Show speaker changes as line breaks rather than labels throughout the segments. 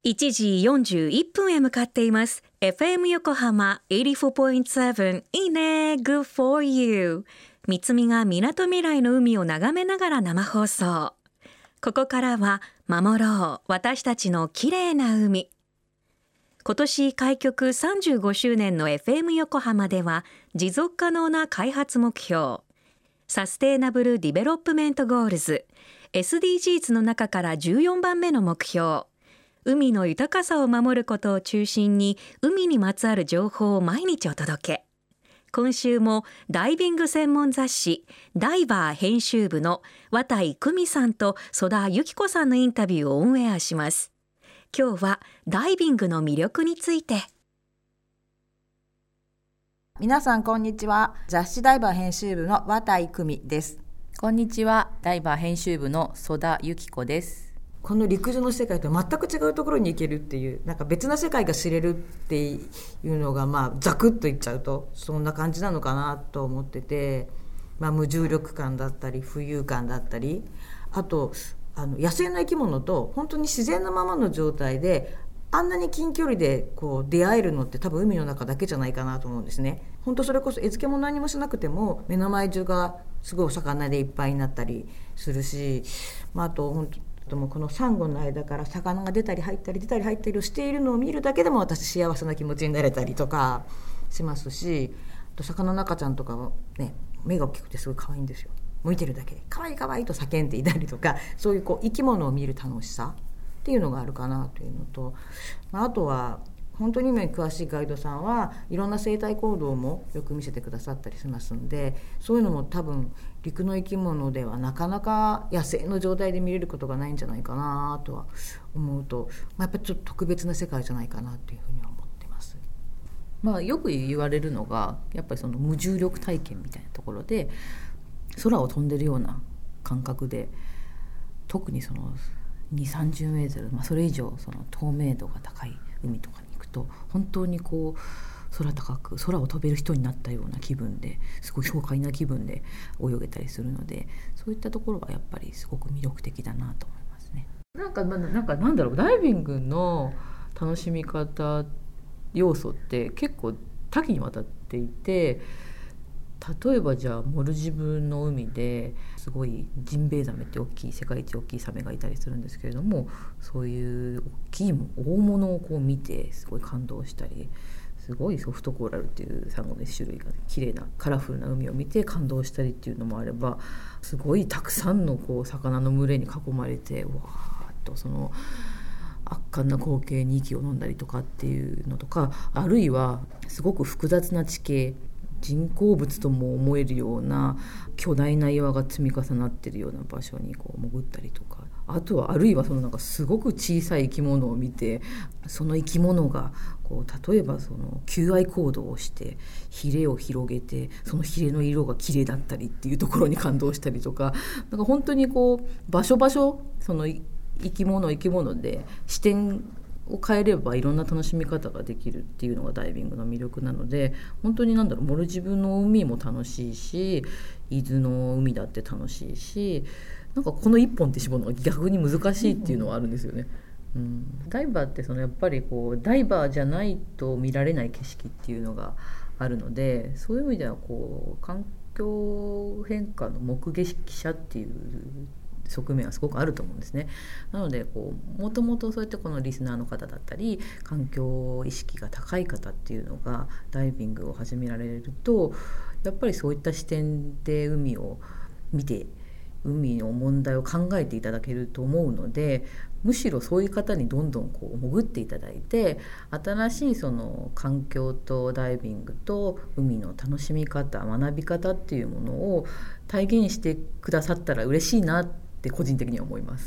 1時41分へ向かっています。 FM 横浜 84.7 いいね Good for you。 三つみがみなとみらいの海を眺めながら生放送。ここからは守ろう私たちの綺麗な海。今年開局35周年の FM 横浜では、持続可能な開発目標サステイナブルディベロップメントゴールズ SDGs の中から14番目の目標、海の豊かさを守ることを中心に海にまつわる情報を毎日お届け。今週もダイビング専門雑誌ダイバー編集部の綿井久美さんと曽田由紀子さんのインタビューをオンエアします。今日はダイビングの魅力について。
皆さんこんにちは。雑誌ダイバー編集部の綿井久美です。
こんにちは。ダイバー編集部の曽田由紀子です。
この陸上の世界と全く違うところに行けるっていう、なんか別な世界が知れるっていうのが、ざくっと言っちゃうとそんな感じなのかなと思ってて、無重力感だったり浮遊感だったり、あと野生の生き物と本当に自然のままの状態であんなに近距離で出会えるのって多分海の中だけじゃないかなと思うんですね。本当それこそ餌付けも何もしなくても目の前中がすごいお魚でいっぱいになったりするし、あと本当このサンゴの間から魚が出たり入ったり出たり入ったりをしているのを見るだけでも私幸せな気持ちになれたりとかしますし、あと魚の赤ちゃんとかはね、目が大きくてすごい可愛いんですよ。向いてるだけで可愛い可愛いと叫んでいたりとか、そういう生き物を見る楽しさっていうのがあるかなというのと、あとは本当に今詳しいガイドさんはいろんな生態行動もよく見せてくださったりしますんで、そういうのも多分陸の生き物ではなかなか野生の状態で見れることがないんじゃないかなとは思うと、やっぱりちょっと特別な世界じゃないかなというふうには思ってます。
よく言われるのがやっぱりその無重力体験みたいなところで、空を飛んでるような感覚で、特にその2、30メートル、それ以上その透明度が高い海とかに行くと、本当に空高く空を飛べる人になったような気分で、すごい爽快な気分で泳げたりするので、そういったところがやっぱりすごく魅力的だなと思いますね。なんだろう、ダイビングの楽しみ方要素って結構多岐にわたっていて、例えばじゃあモルジブの海ですごいジンベエザメって世界一大きいサメがいたりするんですけれども、そういう大物を見てすごい感動したり、すごいソフトコーラルっていうサンゴの種類が綺麗なカラフルな海を見て感動したりっていうのもあれば、すごいたくさんの魚の群れに囲まれてわーっとその圧巻な光景に息を飲んだりとかっていうのとか、あるいはすごく複雑な地形、人工物とも思えるような巨大な岩が積み重なっているような場所に潜ったりとか、あるいはそのすごく小さい生き物を見て、その生き物が例えばその求愛行動をしてヒレを広げて、そのヒレの色が綺麗だったりっていうところに感動したりとか、本当に場所その生き物で視点を変えればいろんな楽しみ方ができるっていうのがダイビングの魅力なので、本当にモルジブの海も楽しいし、伊豆の海だって楽しいし、この一本って絞るのが逆に難しいっていうのはあるんですよね。ダイバーってやっぱりダイバーじゃないと見られない景色っていうのがあるので、そういう意味では環境変化の目撃者っていう側面はすごくあると思うんですね。なのでもともとそうやってこのリスナーの方だったり環境意識が高い方っていうのがダイビングを始められると、やっぱりそういった視点で海を見て海の問題を考えていただけると思うので、むしろそういう方にどんどん潜っていただいて、新しいその環境とダイビングと海の楽しみ方、学び方っていうものを体現してくださったら嬉しいなって個人的には思います。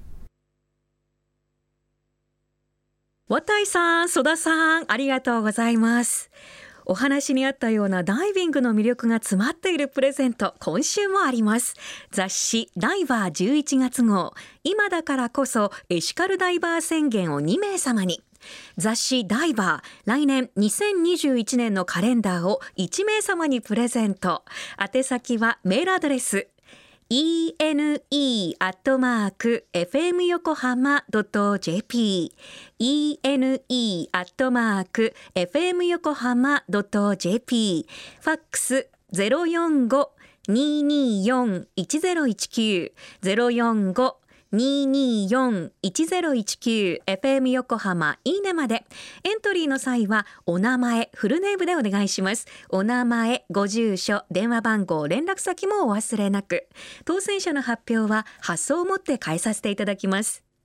綿井さん、曽田さん、ありがとうございます。お話にあったようなダイビングの魅力が詰まっているプレゼント、今週もあります。雑誌ダイバー11月号、今だからこそエシカルダイバー宣言を2名様に、雑誌ダイバー来年2021年のカレンダーを1名様にプレゼント。宛先はメールアドレス ene@fmyokohama.jp ene@fmyokohama.jp ファックス045-224-1019 045-224-1019 FM 横浜いいねまで。エントリーの際はお名前フルネームでお願いします。お名前、ご住所、電話番号、連絡先もお忘れなく。当選者の発表は発送をもって返させていただきます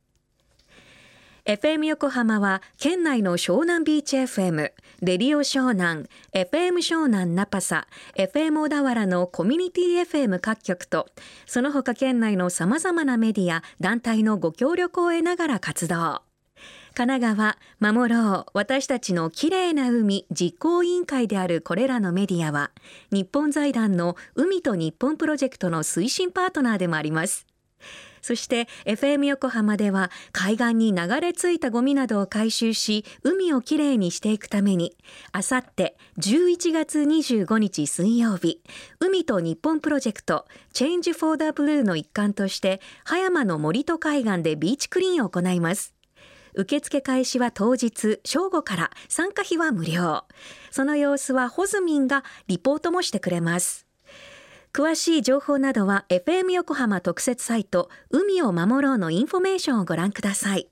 。FM 横浜は県内の湘南ビーチ FM、レディオ湘南、FM 湘南ナパサ、FM 小田原のコミュニティ FM 各局と、その他県内の様々なメディア、団体のご協力を得ながら活動。神奈川、守ろう、私たちのきれいな海実行委員会であるこれらのメディアは、日本財団の海と日本プロジェクトの推進パートナーでもあります。そして FM 横浜では海岸に流れ着いたゴミなどを回収し海をきれいにしていくためにあさって11月25日水曜日海と日本プロジェクト Change for the Blue の一環として葉山の森と海岸でビーチクリーンを行います。受付開始は当日正午から参加費は無料。その様子はホズミンがリポートもしてくれます。詳しい情報などは FM 横浜特設サイト海を守ろうのインフォメーションをご覧ください。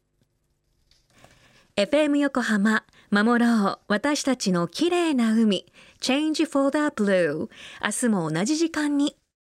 FM 横浜守ろう私たちのきれいな海 Change for the Blue 明日も同じ時間に